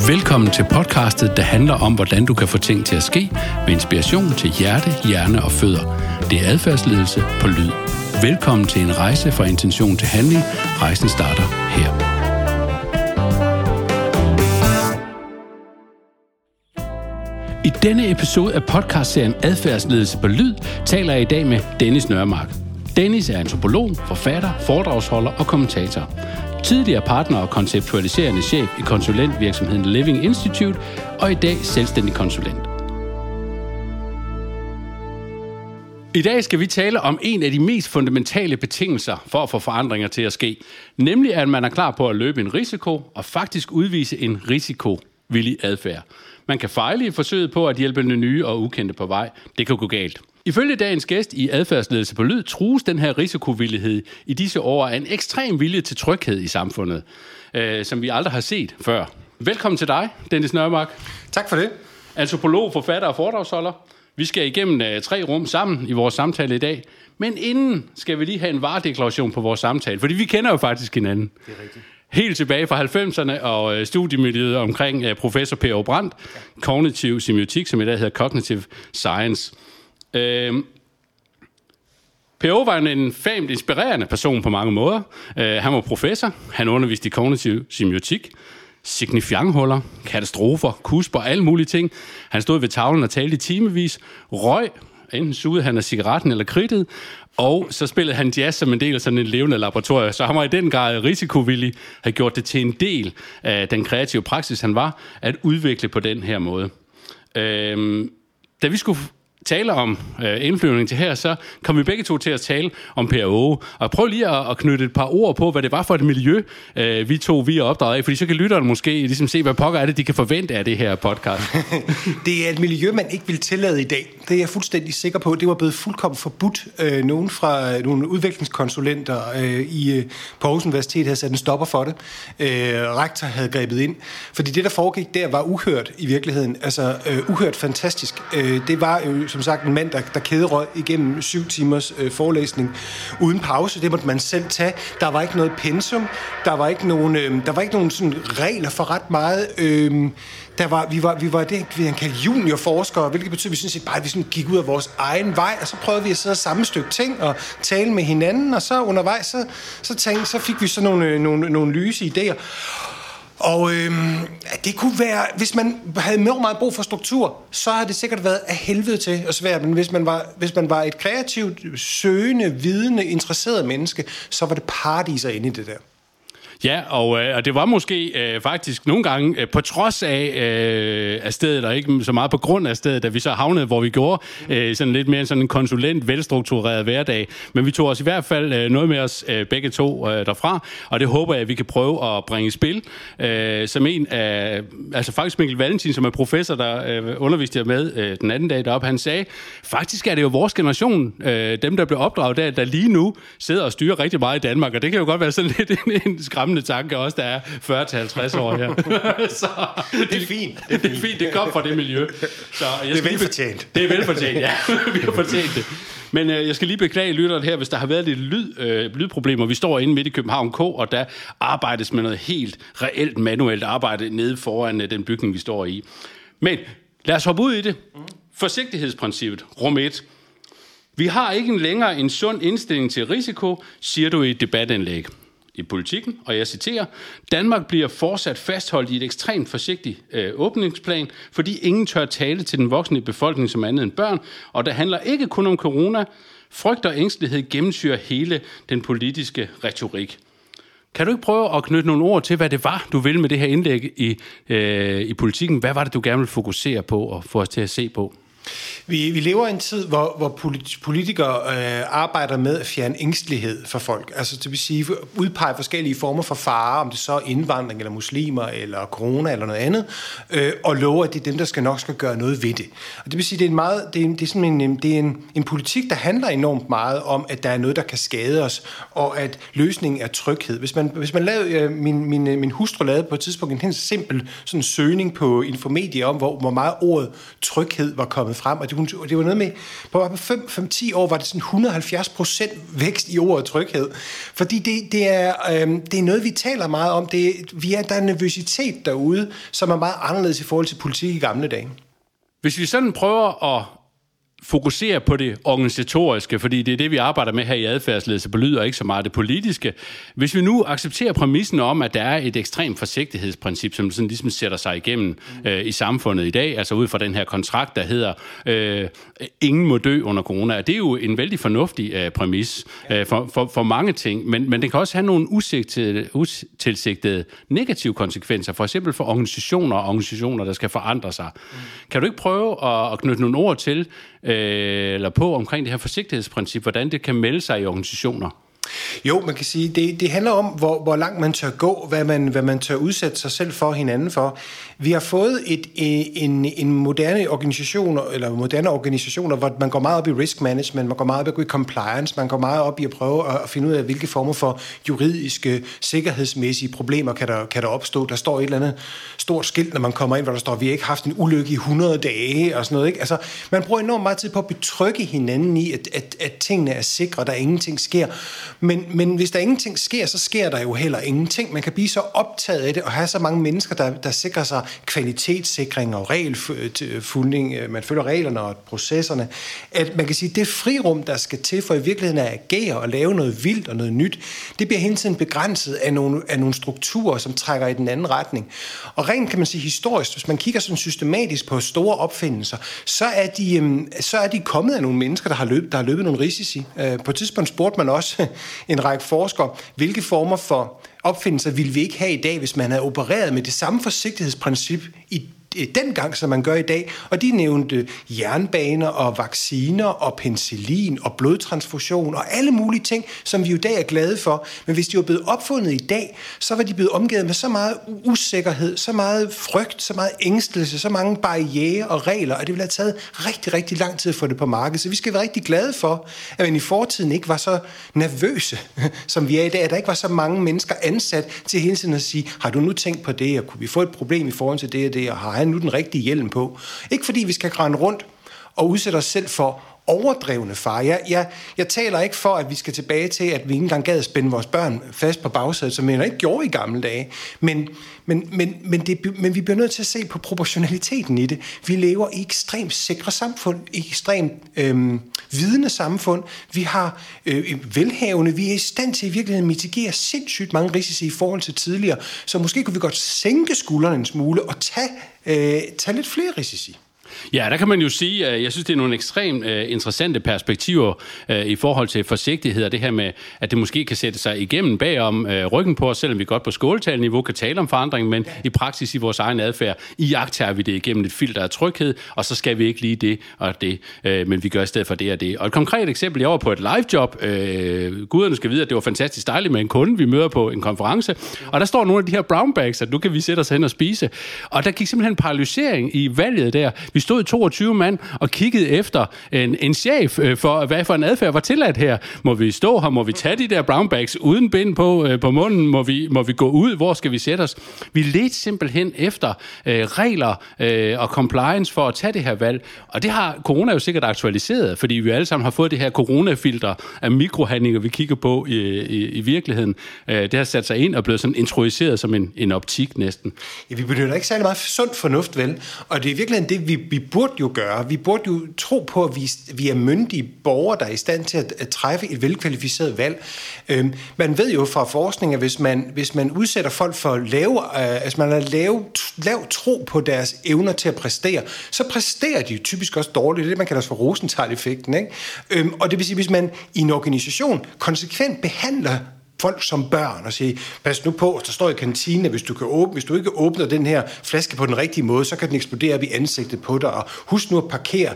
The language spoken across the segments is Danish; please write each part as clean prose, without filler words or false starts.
Velkommen til podcastet, der handler om, hvordan du kan få ting til at ske med inspiration til hjerte, hjerne og fødder. Det er adfærdsledelse på lyd. Velkommen til en rejse fra intention til handling. Rejsen starter her. I denne episode af podcastserien Adfærdsledelse på lyd taler jeg i dag med Dennis Nørmark. Dennis er antropolog, forfatter, foredragsholder og kommentator. Tidligere partner og konceptualiserende chef i konsulentvirksomheden Living Institute, og i dag selvstændig konsulent. I dag skal vi tale om en af de mest fundamentale betingelser for at få forandringer til at ske. Nemlig at man er klar på at løbe en risiko og faktisk udvise en risikovillig adfærd. Man kan fejle i forsøget på at hjælpe den nye og ukendte på vej. Det kan gå galt. Ifølge dagens gæst i Adfærdsledelse på lyd trues den her risikovillighed i disse år af en ekstrem vilje til tryghed i samfundet, som vi aldrig har set før. Velkommen til dig, Dennis Nørmark. Tak for det. Antropolog, forfatter og foredragsholder. Vi skal igennem 3 rum sammen i vores samtale i dag. Men inden skal vi lige have en varedeklaration på vores samtale, fordi vi kender jo faktisk hinanden. Det er rigtigt. Helt tilbage fra 90'erne og studiemiljøet omkring professor P.O. Brandt, kognitiv semiotik, som i dag hedder Cognitive Science. P.O. var en famt inspirerende person på mange måder. Han var professor, han underviste i kognitiv semiotik, signifianthuller, katastrofer, kusper, alle mulige ting. Han stod ved tavlen og talte i timevis, røg, enten sugede han af cigaretten eller kridtet, og så spillede han jazz som en del af sådan en levende laboratorium. Så han var i den grad risikovillig, havde gjort det til en del af den kreative praksis, han var, at udvikle på den her måde. Da vi skulle tale om indflyvning til her, så kom vi begge to til at tale om P.O. Og prøv lige at knytte et par ord på, hvad det var for et miljø, vi er opdraget af, fordi så kan lytterne måske ligesom se, hvad pokker er det, de kan forvente af det her podcast. Det er et miljø, man ikke vil tillade i dag. Det er jeg fuldstændig sikker på. Det var blevet fuldkommen forbudt. Nogen fra nogle udviklingskonsulenter på Aarhus Universitet havde sat en stopper for det. Rektor havde grebet ind. Fordi det, der foregik der, var uhørt i virkeligheden. Altså uhørt fantastisk. Det var som sagt en mand, der kæderøg igennem 7 timers forelæsning uden pause. Det måtte man selv tage. Der var ikke noget pensum. Der var ikke nogen sådan regler for ret meget. Vi var det, vi kaldte juniorforskere, hvilket betyder, at vi synes bare, at vi sådan gik ud af vores egen vej, og så prøvede vi at sidde og sammenstykke ting og tale med hinanden, og så undervejs, så fik vi så nogle lyse idéer. Og det kunne være, hvis man havde meget brug for struktur, så har det sikkert været af helvede til at svært, men hvis man var et kreativt, søgende, vidende, interesseret menneske, så var det paradiser inde i det der. Ja, og det var måske faktisk nogle gange på trods af stedet, og ikke så meget på grund af stedet, da vi så havnede, hvor vi gjorde sådan lidt mere sådan en konsulent, velstruktureret hverdag. Men vi tog os i hvert fald noget med os begge to derfra, og det håber jeg, at vi kan prøve at bringe i spil. Som en af, altså faktisk Mikkel Valentin, som er professor, der underviste jeg med den anden dag deroppe, han sagde, faktisk er det jo vores generation, dem der blev opdraget der lige nu sidder og styrer rigtig meget i Danmark, og det kan jo godt være sådan lidt en skræmmende tanke også, der er 40-50 år her. Så, det er fint. Det er fint, det kom fra det miljø. Så det er velfortjent. Det er velfortjent, ja. Vi har fortjent det. Men jeg skal lige beklage lytteren her, hvis der har været lidt lydproblemer. Vi står inde midt i København K, og der arbejdes med noget helt reelt manuelt arbejde nede foran den bygning, vi står i. Men lad os hoppe ud i det. Forsigtighedsprincippet, rum 1. Vi har ikke længere en sund indstilling til risiko, siger du i et debatindlæg i Politikken, og jeg citerer, Danmark bliver fortsat fastholdt i et ekstremt forsigtigt åbningsplan, fordi ingen tør tale til den voksne befolkning som andet end børn, og det handler ikke kun om corona. Frygt og ængstelighed gennemsyrer hele den politiske retorik. Kan du ikke prøve at knytte nogle ord til, hvad det var, du ville med det her indlæg i Politikken? Hvad var det, du gerne ville fokusere på og få os til at se på? Vi lever i en tid, hvor politikere arbejder med at fjerne ængstelighed for folk. Altså det vil sige, udpege forskellige former for farer, om det så er indvandring eller muslimer eller corona eller noget andet, og lover, at det er dem, der nok skal gøre noget ved det. Og det vil sige, det er en politik, der handler enormt meget om, at der er noget, der kan skade os, og at løsningen er tryghed. Hvis man lavede, min hustru lavede på et tidspunkt en helt simpel sådan søgning på Infomedia om, hvor meget ordet tryghed var kommet kommet frem, og det var noget med, på 5-10 år var det sådan 170% vækst i ordet tryghed. Fordi det er noget, vi taler meget om. Der er en nervøsitet derude, som er meget anderledes i forhold til politik i gamle dage. Hvis vi sådan prøver at fokusere på det organisatoriske, fordi det er det, vi arbejder med her i adfærdsledelse på lyd, og ikke så meget det politiske. Hvis vi nu accepterer præmissen om, at der er et ekstremt forsigtighedsprincip, som sådan ligesom sætter sig igennem i samfundet i dag, altså ud fra den her kontrakt, der hedder, ingen må dø under corona. Det er jo en vældig fornuftig præmis for mange ting, men den kan også have nogle utilsigtede negative konsekvenser, for eksempel for organisationer, der skal forandre sig. Kan du ikke prøve at knytte nogle ord til, eller på omkring det her forsigtighedsprincip, hvordan det kan melde sig i organisationer? Jo, man kan sige, det handler om, hvor langt man tør gå, hvad man tør udsætte sig selv for hinanden for. Vi har fået en moderne organisationer, hvor man går meget op i risk management, man går meget op i compliance, man går meget op i at prøve at finde ud af, hvilke former for juridiske, sikkerhedsmæssige problemer kan der opstå. Der står et eller andet stort skilt, når man kommer ind, hvor der står, vi har ikke haft en ulykke i 100 dage og sådan noget. Ikke? Altså, man bruger enormt meget tid på at betrygge hinanden i, at tingene er sikre, der ingenting sker. Men hvis der ingenting sker, så sker der jo heller ingenting. Man kan blive så optaget af det, og have så mange mennesker, der sikrer sig kvalitetssikring og regelfunding, man følger reglerne og processerne, at man kan sige, at det frirum, der skal til for i virkeligheden at agere og lave noget vildt og noget nyt, det bliver hele tiden begrænset af nogle strukturer, som trækker i den anden retning. Og rent kan man sige historisk, hvis man kigger sådan systematisk på store opfindelser, så er de kommet af nogle mennesker, der har løbet nogle risici. På et tidspunkt spurgte man også en række forskere, hvilke former for opfindelser ville vi ikke have i dag, hvis man havde opereret med det samme forsigtighedsprincip i dengang, som man gør i dag, og de nævnte jernbaner og vacciner og penicillin og blodtransfusion og alle mulige ting, som vi jo i dag er glade for. Men hvis de var blevet opfundet i dag, så var de blevet omgivet med så meget usikkerhed, så meget frygt, så meget ængstelse, så mange barrierer og regler, og det ville have taget rigtig, rigtig lang tid at få det på markedet. Så vi skal være rigtig glade for, at man i fortiden ikke var så nervøse, som vi er i dag, at der ikke var så mange mennesker ansat til hele tiden at sige, har du nu tænkt på det, og kunne vi få et problem i forhold til det og det, og har han nu den rigtige hjelm på? Ikke fordi vi skal rende rundt og udsætte os selv for overdrevne fare. Jeg taler ikke for, at vi skal tilbage til, at vi ikke engang gad at spænde vores børn fast på bagsædet, som vi ikke gjorde i gamle dage. Men vi bliver nødt til at se på proportionaliteten i det. Vi lever i ekstremt sikre samfund, ekstremt vidende samfund. Vi har velhavende, vi er i stand til i virkeligheden at mitigere sindssygt mange risici i forhold til tidligere, så måske kunne vi godt sænke skuldrene en smule og tage lidt flere risici. Ja, der kan man jo sige, at jeg synes, det er nogle ekstremt interessante perspektiver i forhold til forsigtighed, og det her med, at det måske kan sætte sig igennem bagom ryggen på os, selvom vi godt på skåltalniveau kan tale om forandring, men i praksis i vores egen adfærd, iagttager vi det igennem et filter af tryghed, og så skal vi ikke lige det og det, men vi gør i stedet for det og det. Og et konkret eksempel, jeg var på et live-job, guderne skal vide, at det var fantastisk dejligt med en kunde, vi møder på en konference, og der står nogle af de her brown bags, at nu kan vi sætte os hen og spise, og der gik simpelthen en paralysering i valget der. Vi stod 22 mand og kiggede efter en chef for, hvad for en adfærd var tilladt her. Må vi stå her? Må vi tage de der brown bags uden bind på munden? Må vi gå ud? Hvor skal vi sætte os? Vi ledte simpelthen efter regler og compliance for at tage det her valg. Og det har corona jo sikkert aktualiseret, fordi vi alle sammen har fået det her coronafilter af mikrohandlinger, vi kigger på i virkeligheden. Det har sat sig ind og blevet sådan introduceret som en optik næsten. Ja, vi benytter ikke særlig meget sund fornuft, vel? Og det er virkelig det, vi burde jo gøre. Vi burde jo tro på, at vi er myndige borgere, der er i stand til at træffe et velkvalificeret valg. Man ved jo fra forskning, at hvis man udsætter folk for man har lav tro på deres evner til at præstere, så præsterer de jo typisk også dårligt. Det er det, man kalder for Rosenthal-effekten, ikke? Og det vil sige, hvis man i en organisation konsekvent behandler folk som børn og sige, pas nu på, der står i kantinen, at hvis du ikke åbner den her flaske på den rigtige måde, så kan den eksplodere op i ansigtet på dig, og husk nu at parkere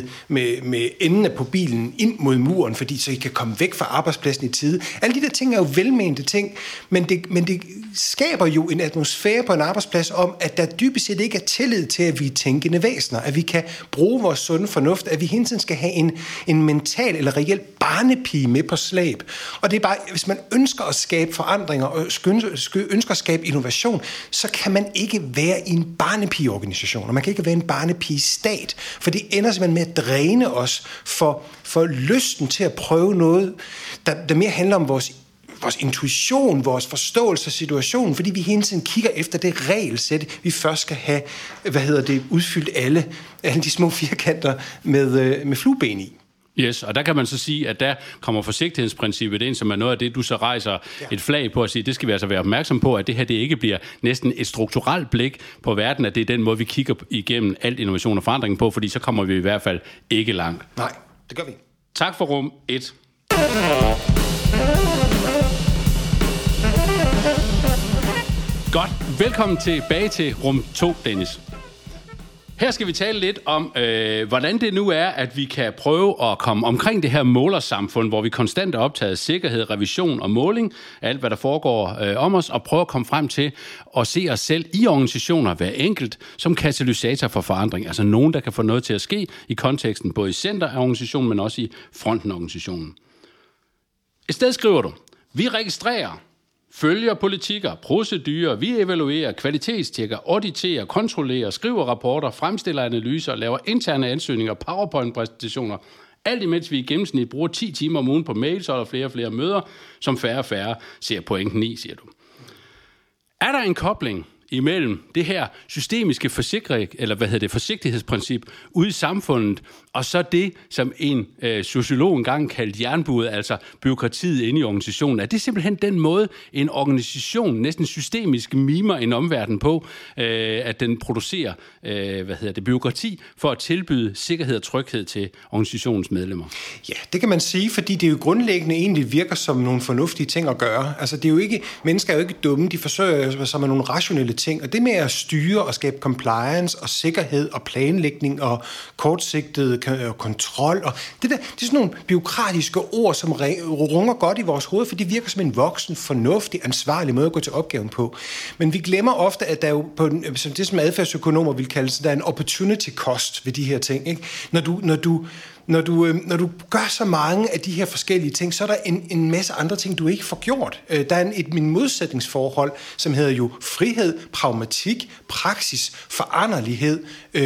med enden på bilen ind mod muren, fordi så I kan komme væk fra arbejdspladsen i tide. Alle de der ting er jo velmente ting, men det skaber jo en atmosfære på en arbejdsplads om, at der dybest set ikke er tillid til, at vi er tænkende væsener, at vi kan bruge vores sunde fornuft, at vi hele tiden skal have en mental eller reel barnepige med på slæb. Og det er bare, hvis man ønsker ønsker at skabe forandringer og ønsker at skabe innovation, så kan man ikke være i en barnepigeorganisation, og man kan ikke være en barnepigestat, for det ender simpelthen med at dræne os for lysten til at prøve noget, der mere handler om vores intuition, vores forståelse af situationen, fordi vi hele tiden kigger efter det regelsæt, vi først skal have, udfyldt alle de små firkanter med flueben i. Yes, og der kan man så sige, at der kommer forsigtighedsprincippet ind, som er noget af det, du så rejser et flag på at sige, det skal vi altså være opmærksom på, at det her det ikke bliver næsten et strukturelt blik på verden, at det er den måde, vi kigger igennem alt innovation og forandring på, fordi så kommer vi i hvert fald ikke langt. Nej, det gør vi. Tak for rum 1. Godt. Velkommen tilbage til rum 2, Dennis. Her skal vi tale lidt om, hvordan det nu er, at vi kan prøve at komme omkring det her målersamfund, hvor vi konstant er optaget af sikkerhed, revision og måling af alt, hvad der foregår om os, og prøve at komme frem til at se os selv i organisationer, hver enkelt, som katalysator for forandring. Altså nogen, der kan få noget til at ske i konteksten, både i center af organisationen, men også i fronten af organisationen. Et sted skriver du, vi registrerer, følger politikker, procedurer, vi evaluerer, kvalitetstjekker, auditerer, kontrollerer, skriver rapporter, fremstiller analyser, laver interne ansøgninger, PowerPoint-præsentationer. Alt imens vi i gennemsnit bruger 10 timer om ugen på mails og flere og flere møder, som færre og færre ser pointen i, siger du. Er der en kobling imellem det her systemiske forsigtighedsprincip ude i samfundet, og så det, som en sociolog engang kaldte jernbudet, altså bureaukratiet inde i organisationen? Er det simpelthen den måde, en organisation næsten systemisk mimer en omverden på, at den producerer bureaukrati for at tilbyde sikkerhed og tryghed til organisationens medlemmer? Ja, det kan man sige, fordi det jo grundlæggende egentlig virker som nogle fornuftige ting at gøre. Altså, det er jo ikke, mennesker er jo ikke dumme, de forsøger sig med nogle rationelle ting, og det med at styre og skabe compliance og sikkerhed og planlægning og kortsigtet kontrol, og det er sådan nogle bureaukratiske ord, som runger godt i vores hoved, for det virker som en voksen, fornuftig, ansvarlig måde at gå til opgaven på. Men vi glemmer ofte, at der jo på det, som adfærdsøkonomer vil kalde det, der er en opportunity cost ved de her ting, ikke? Når du gør så mange af de her forskellige ting, så er der en masse andre ting, du ikke får gjort. Der er et modsætningsforhold, som hedder jo frihed, pragmatik, praksis, foranderlighed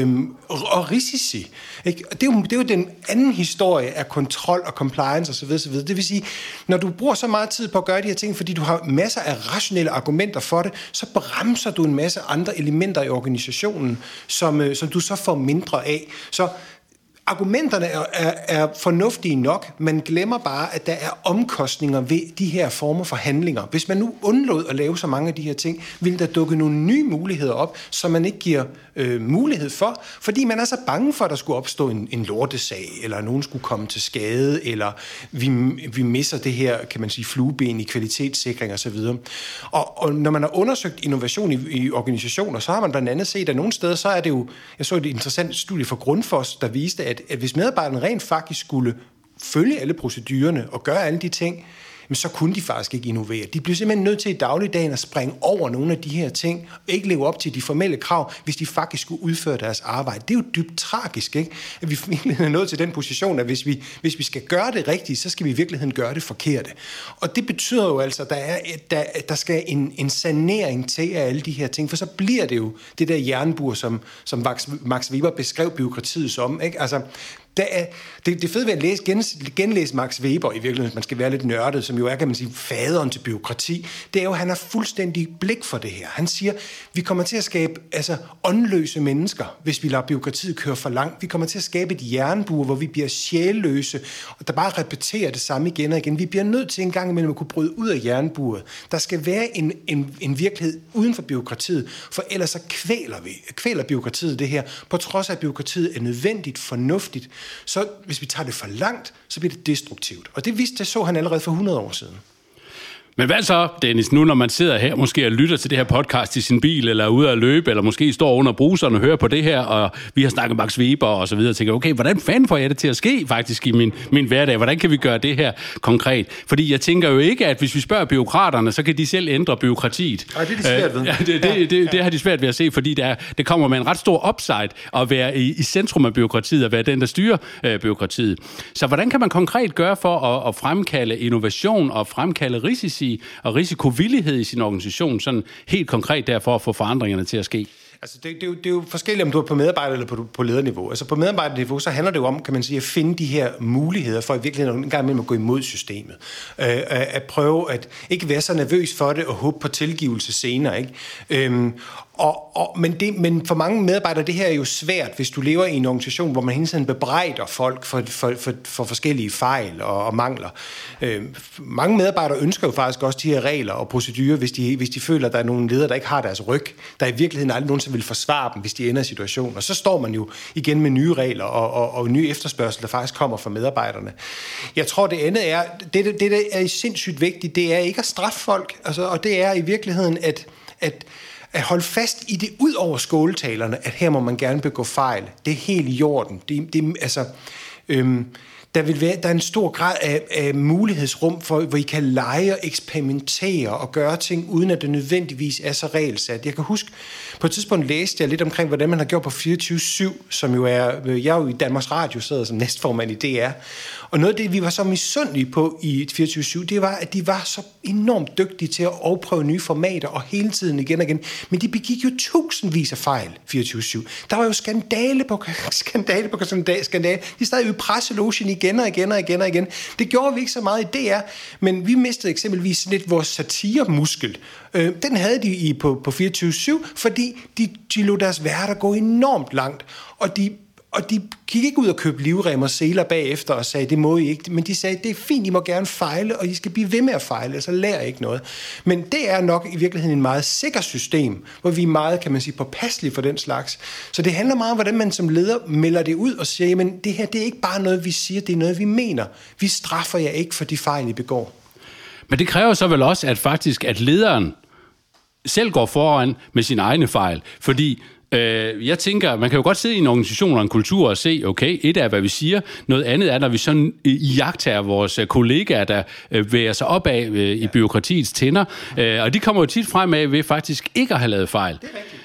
og risici. Ikke? Det er jo den anden historie af kontrol og compliance osv. Det vil sige, når du bruger så meget tid på at gøre de her ting, fordi du har masser af rationelle argumenter for det, så bremser du en masse andre elementer i organisationen, som du så får mindre af. Så argumenterne er fornuftige nok, man glemmer bare, at der er omkostninger ved de her former for handlinger. Hvis man nu undlod at lave så mange af de her ting, vil der dukke nogle nye muligheder op, som man ikke giver mulighed for, fordi man er så bange for, at der skulle opstå en lortesag, eller nogen skulle komme til skade, eller vi misser det her, kan man sige, flueben i kvalitetssikring osv. Og når man har undersøgt innovation i organisationer, så har man blandt andet set, at nogle steder, så er det jo, jeg så et interessant studie fra Grundfos, der viste, at hvis medarbejderne rent faktisk skulle følge alle procedurerne og gøre alle de ting, så kunne de faktisk ikke innovere. De blev simpelthen nødt til i dagligdagen at springe over nogle af de her ting, og ikke leve op til de formelle krav, hvis de faktisk skulle udføre deres arbejde. Det er jo dybt tragisk, ikke? At vi er nået til den position, at hvis vi skal gøre det rigtigt, så skal vi i virkeligheden gøre det forkerte. Og det betyder jo altså, at der skal en sanering til af alle de her ting, for så bliver det jo det der jernbur, som Max Weber beskrev bureaukratiet som, ikke? Altså, det er fedt ved at genlæse Max Weber i virkeligheden, hvis man skal være lidt nørdet, som jo er, kan man sige, faderen til bureaukrati. Det er jo, han har fuldstændig blik for det her. Han siger, vi kommer til at skabe åndløse mennesker, hvis vi lader bureaukratiet køre for langt. Vi kommer til at skabe et jernbur, hvor vi bliver sjælløse, og der bare repeterer det samme igen og igen. Vi bliver nødt til en gang imellem at kunne bryde ud af jernburet. Der skal være en virkelighed uden for bureaukratiet, for ellers så kvæler bureaukratiet det her, på trods af, at bureaukratiet er nødvendigt, fornuftigt. Så hvis vi tager det for langt, så bliver det destruktivt. Og det så han allerede for 100 år siden. Men hvad så, Dennis, nu når man sidder her måske og lytter til det her podcast i sin bil, eller er ude at løbe, eller måske står under bruseren og hører på det her, og vi har snakket Max Weber og så videre, og tænker, okay, hvordan fanden får jeg det til at ske faktisk i min hverdag? Hvordan kan vi gøre det her konkret? Fordi jeg tænker jo ikke, at hvis vi spørger bureaukraterne, så kan de selv ændre bureaukratiet. Nej, det er de svært ved. Det har de svært ved at se, fordi det kommer med en ret stor upside at være i centrum af bureaukratiet, og være den, der styrer bureaukratiet. Så hvordan kan man konkret gøre for at fremkalde innovation og fremkalde risici og risikovillighed i sin organisation, sådan helt konkret derfor at få forandringerne til at ske? Altså, det er jo forskelligt, om du er på medarbejder- eller på lederniveau. Altså, på medarbejderniveau, så handler det jo om, kan man sige, at finde de her muligheder for i virkeligheden en gang imellem at gå imod systemet. At prøve at ikke være så nervøs for det og håbe på tilgivelse senere, ikke? Men for mange medarbejdere, det her er jo svært, hvis du lever i en organisation, hvor man hele tiden bebrejder folk for forskellige fejl og mangler. Mange medarbejdere ønsker jo faktisk også de her regler og procedurer, hvis de føler, at der er nogle ledere, der ikke har deres ryg, der i virkeligheden aldrig nogensinde vil forsvare dem, hvis de ender i situationen. Og så står man jo igen med nye regler og nye efterspørgsel, der faktisk kommer fra medarbejderne. Jeg tror, det andet er, det der er sindssygt vigtigt, det er ikke at straffe folk, altså, og det er i virkeligheden at holde fast i det ud over skåletalerne, at her må man gerne begå fejl. Det er helt i orden. Der er en stor grad af mulighedsrum, hvor I kan lege og eksperimentere og gøre ting, uden at det nødvendigvis er så regelsat. Jeg kan huske, på et tidspunkt læste jeg lidt omkring, hvordan man har gjort på 24/7, som jo er, jeg er jo i Danmarks Radio, sidder som næstformand i DR. Og noget af det, vi var så misundelige på i 24/7, det var, at de var så enormt dygtige til at overprøve nye formater, og hele tiden igen og igen. Men de begik jo tusindvis af fejl 24/7. Der var jo skandale på skandale. De stod jo i presselogen igen og igen. Det gjorde vi ikke så meget i DR, men vi mistede eksempelvis lidt vores satiremuskel. Den havde de på 24/7, fordi de lod deres værter gå enormt langt, og de gik ikke ud og købte livrem og seler bagefter og sagde, det må I ikke. Men de sagde, det er fint, I må gerne fejle, og I skal blive ved med at fejle, så lærer I ikke noget. Men det er nok i virkeligheden en meget sikker system, hvor vi er meget, kan man sige, påpasselige for den slags. Så det handler meget om, hvordan man som leder melder det ud og siger, jamen det her, det er ikke bare noget, vi siger, det er noget, vi mener. Vi straffer jer ikke for de fejl, I begår. Men det kræver så vel også, at lederen selv går foran med sine egne fejl, fordi jeg tænker, man kan jo godt sidde i en organisation og en kultur og se, okay, et er, hvad vi siger, noget andet er, når vi sådan iagttager vores kollegaer, der væger sig opad i byråkratiets tænder, og de kommer jo tit frem af ved faktisk ikke at have lavet fejl.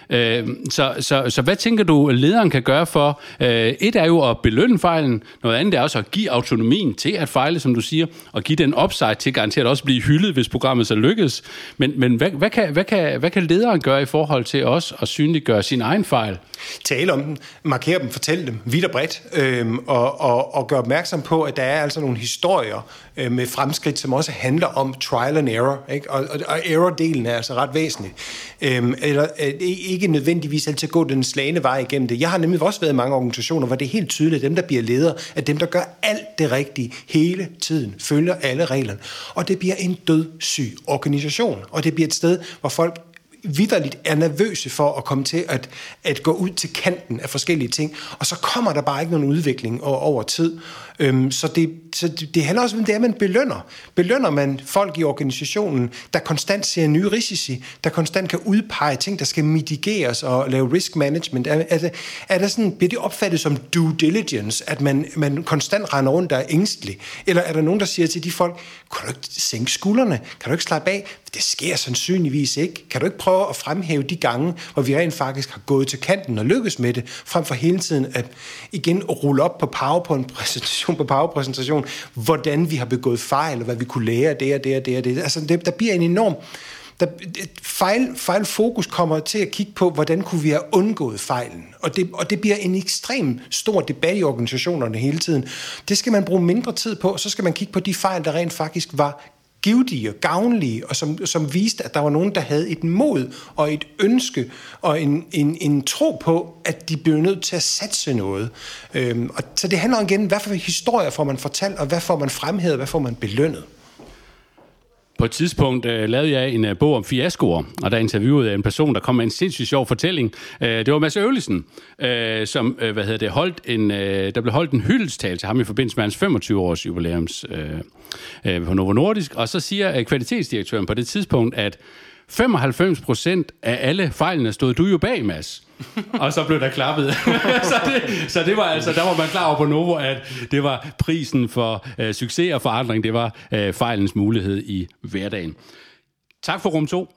Så hvad tænker du, lederen kan gøre for? Et er jo at belønne fejlen, noget andet er også at give autonomien til at fejle, som du siger, og give den upside til garanteret også blive hyldet, hvis programmet så lykkes. Men hvad kan lederen gøre i forhold til os at synliggøre sin egen fejl? Tale om dem, markere dem, fortælle dem vidt og bredt, og gøre opmærksom på, at der er altså nogle historier med fremskridt, som også handler om trial and error, ikke? Og error-delen er altså ret væsentlig. Eller ikke nødvendigvis altid gå den slagne vej igennem det. Jeg har nemlig også været i mange organisationer, hvor det er helt tydeligt, at dem, der bliver ledere, er dem, der gør alt det rigtige hele tiden, følger alle reglerne. Og det bliver en dødssyg organisation, og det bliver et sted, hvor folk vitterligt er nervøse for at komme til at gå ud til kanten af forskellige ting, og så kommer der bare ikke nogen udvikling over tid. Så det handler også om det, at man belønner. Belønner man folk i organisationen, der konstant ser nye risici, der konstant kan udpege ting, der skal mitigeres og lave risk management. Er der sådan, bliver det opfattet som due diligence, at man konstant render rundt der er ængstelig? Eller er der nogen, der siger til de folk, kan du ikke sænke skuldrene? Kan du ikke slappe af? Det sker sandsynligvis ikke. Kan du ikke prøve at fremhæve de gange, hvor vi rent faktisk har gået til kanten og lykkes med det, frem for hele tiden at igen rulle op på PowerPoint-præsentation, hvordan vi har begået fejl, og hvad vi kunne lære af det og det og det og det. Altså, der bliver en enorm... Fejlfokus kommer til at kigge på, hvordan kunne vi have undgået fejlen. Og det bliver en ekstrem stor debat i organisationerne hele tiden. Det skal man bruge mindre tid på, så skal man kigge på de fejl, der rent faktisk var givtige og gavnlige, og som viste, at der var nogen, der havde et mod og et ønske og en tro på, at de blev nødt til at satse noget. Og så det handler igen, hvad for historier får man fortalt, og hvad får man fremhævet, hvad får man belønnet. På et tidspunkt lavede jeg en bog om fiaskoer, og der interviewede jeg en person, der kom med en sindssygt sjov fortælling. Det var Mads Øvlesen, som der blev holdt en hyldestal til ham i forbindelse med hans 25-års jubilæums på Novo Nordisk, og så siger kvalitetsdirektøren på det tidspunkt, at 95% af alle fejlene stod du jo bag, Mads. Og så blev der klappet. så det var altså, der var man klar over på Novo, at det var prisen for succes og forandring, det var fejlens mulighed i hverdagen. Tak for rum 2.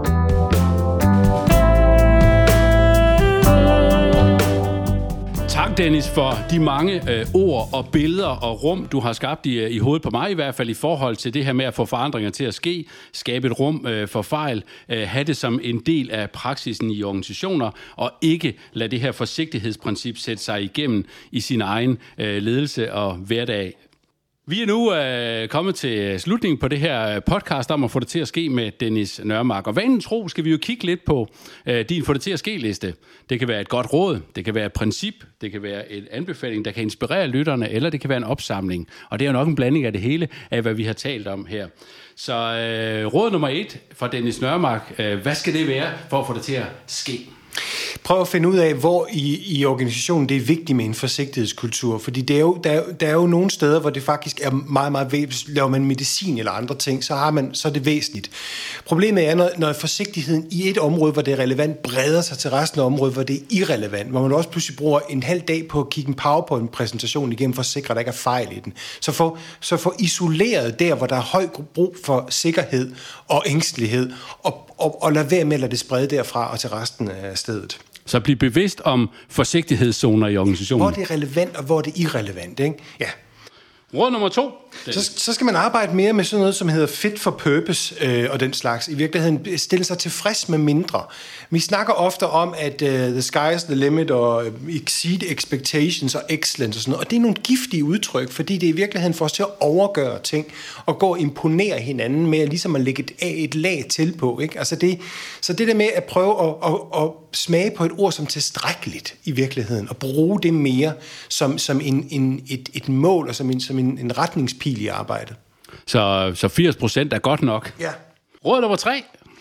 Tak Tak, Dennis, for de mange ord og billeder og rum, du har skabt i hovedet på mig, i hvert fald i forhold til det her med at få forandringer til at ske, skabe et rum for fejl, have det som en del af praksisen i organisationer, og ikke lade det her forsigtighedsprincip sætte sig igennem i sin egen ledelse og hverdag. Vi er nu kommet til slutningen på det her podcast om at få det til at ske med Dennis Nørmark. Og vanen tro skal vi jo kigge lidt på din få det til at ske-liste. Det kan være et godt råd, det kan være et princip, det kan være en anbefaling, der kan inspirere lytterne, eller det kan være en opsamling. Og det er jo nok en blanding af det hele, af hvad vi har talt om her. Så råd nummer 1 fra Dennis Nørmark. Hvad skal det være for at få det til at ske? Prøv at finde ud af, hvor i organisationen det er vigtigt med en forsigtighedskultur, fordi der er jo nogle steder, hvor det faktisk er meget, meget væsentligt. Laver man medicin eller andre ting, så er det væsentligt. Problemet er, når forsigtigheden i et område, hvor det er relevant, breder sig til resten af området, hvor det er irrelevant, hvor man også pludselig bruger en halv dag på at kigge en PowerPoint-præsentation igennem for at sikre, at der ikke er fejl i den. Så få isoleret der, hvor der er høj brug for sikkerhed og ængstelighed, og lad være med at lade det sprede derfra og til resten af stedet. Så bliv bevidst om forsigtighedszoner i organisationen. Hvor det er relevant, og hvor det er irrelevant, ikke? Ja. Råd nummer 2. Så skal man arbejde mere med sådan noget, som hedder fit for purpose og den slags. I virkeligheden stille sig tilfreds med mindre. Vi snakker ofte om, at the sky is the limit, og exceed expectations og excellence og sådan noget. Og det er nogle giftige udtryk, fordi det er i virkeligheden for os til at overgøre ting og gå og imponere hinanden med ligesom at lægge et lag til på. Ikke? Altså så det der med at prøve at smage på et ord som tilstrækkeligt i virkeligheden, og bruge det mere som et mål og som en retningspil i arbejdet. Så 80% er godt nok. Ja. Råd nummer 3.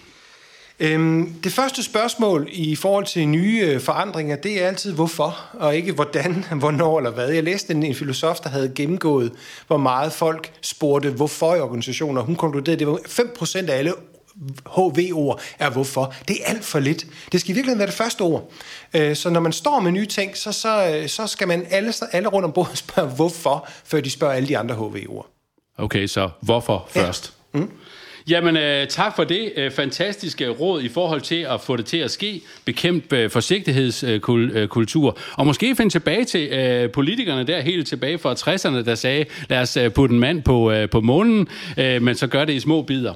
Det første spørgsmål i forhold til nye forandringer, det er altid hvorfor, og ikke hvordan, hvornår eller hvad. Jeg læste en filosof, der havde gennemgået, hvor meget folk spurgte hvorfor i organisationer. Hun konkluderede, at det var 5% af alle HV-ord er hvorfor. Det er alt for lidt. Det skal i virkeligheden være det første ord. Så når man står med nye ting, så skal man alle rundt om bordet spørge hvorfor, før de spørger alle de andre HV-ord. Okay, så hvorfor først? Ja. Jamen, tak for det fantastiske råd i forhold til at få det til at ske, bekæmpe forsigtighedskultur, og måske finde tilbage til politikerne der helt tilbage fra 60'erne, der sagde, lad os putte en mand på månen, men så gør det i små bidder.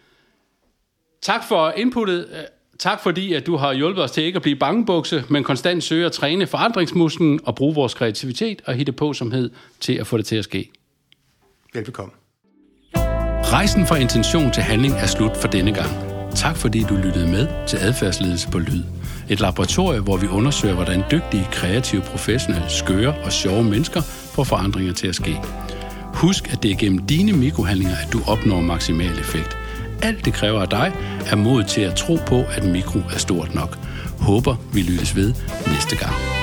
Tak for inputtet. Tak fordi, at du har hjulpet os til ikke at blive bangebukse, men konstant søge at træne forandringsmusklen og bruge vores kreativitet og hittepåsomhed til at få det til at ske. Velbekomme. Rejsen fra intention til handling er slut for denne gang. Tak fordi du lyttede med til Adfærdsledelse på Lyd. Et laboratorium, hvor vi undersøger, hvordan dygtige, kreative, professionelle, skøre og sjove mennesker får forandringer til at ske. Husk, at det er gennem dine mikrohandlinger, at du opnår maksimal effekt. Alt det kræver af dig er mod til at tro på, at mikro er stort nok. Håber, vi lyttes ved næste gang.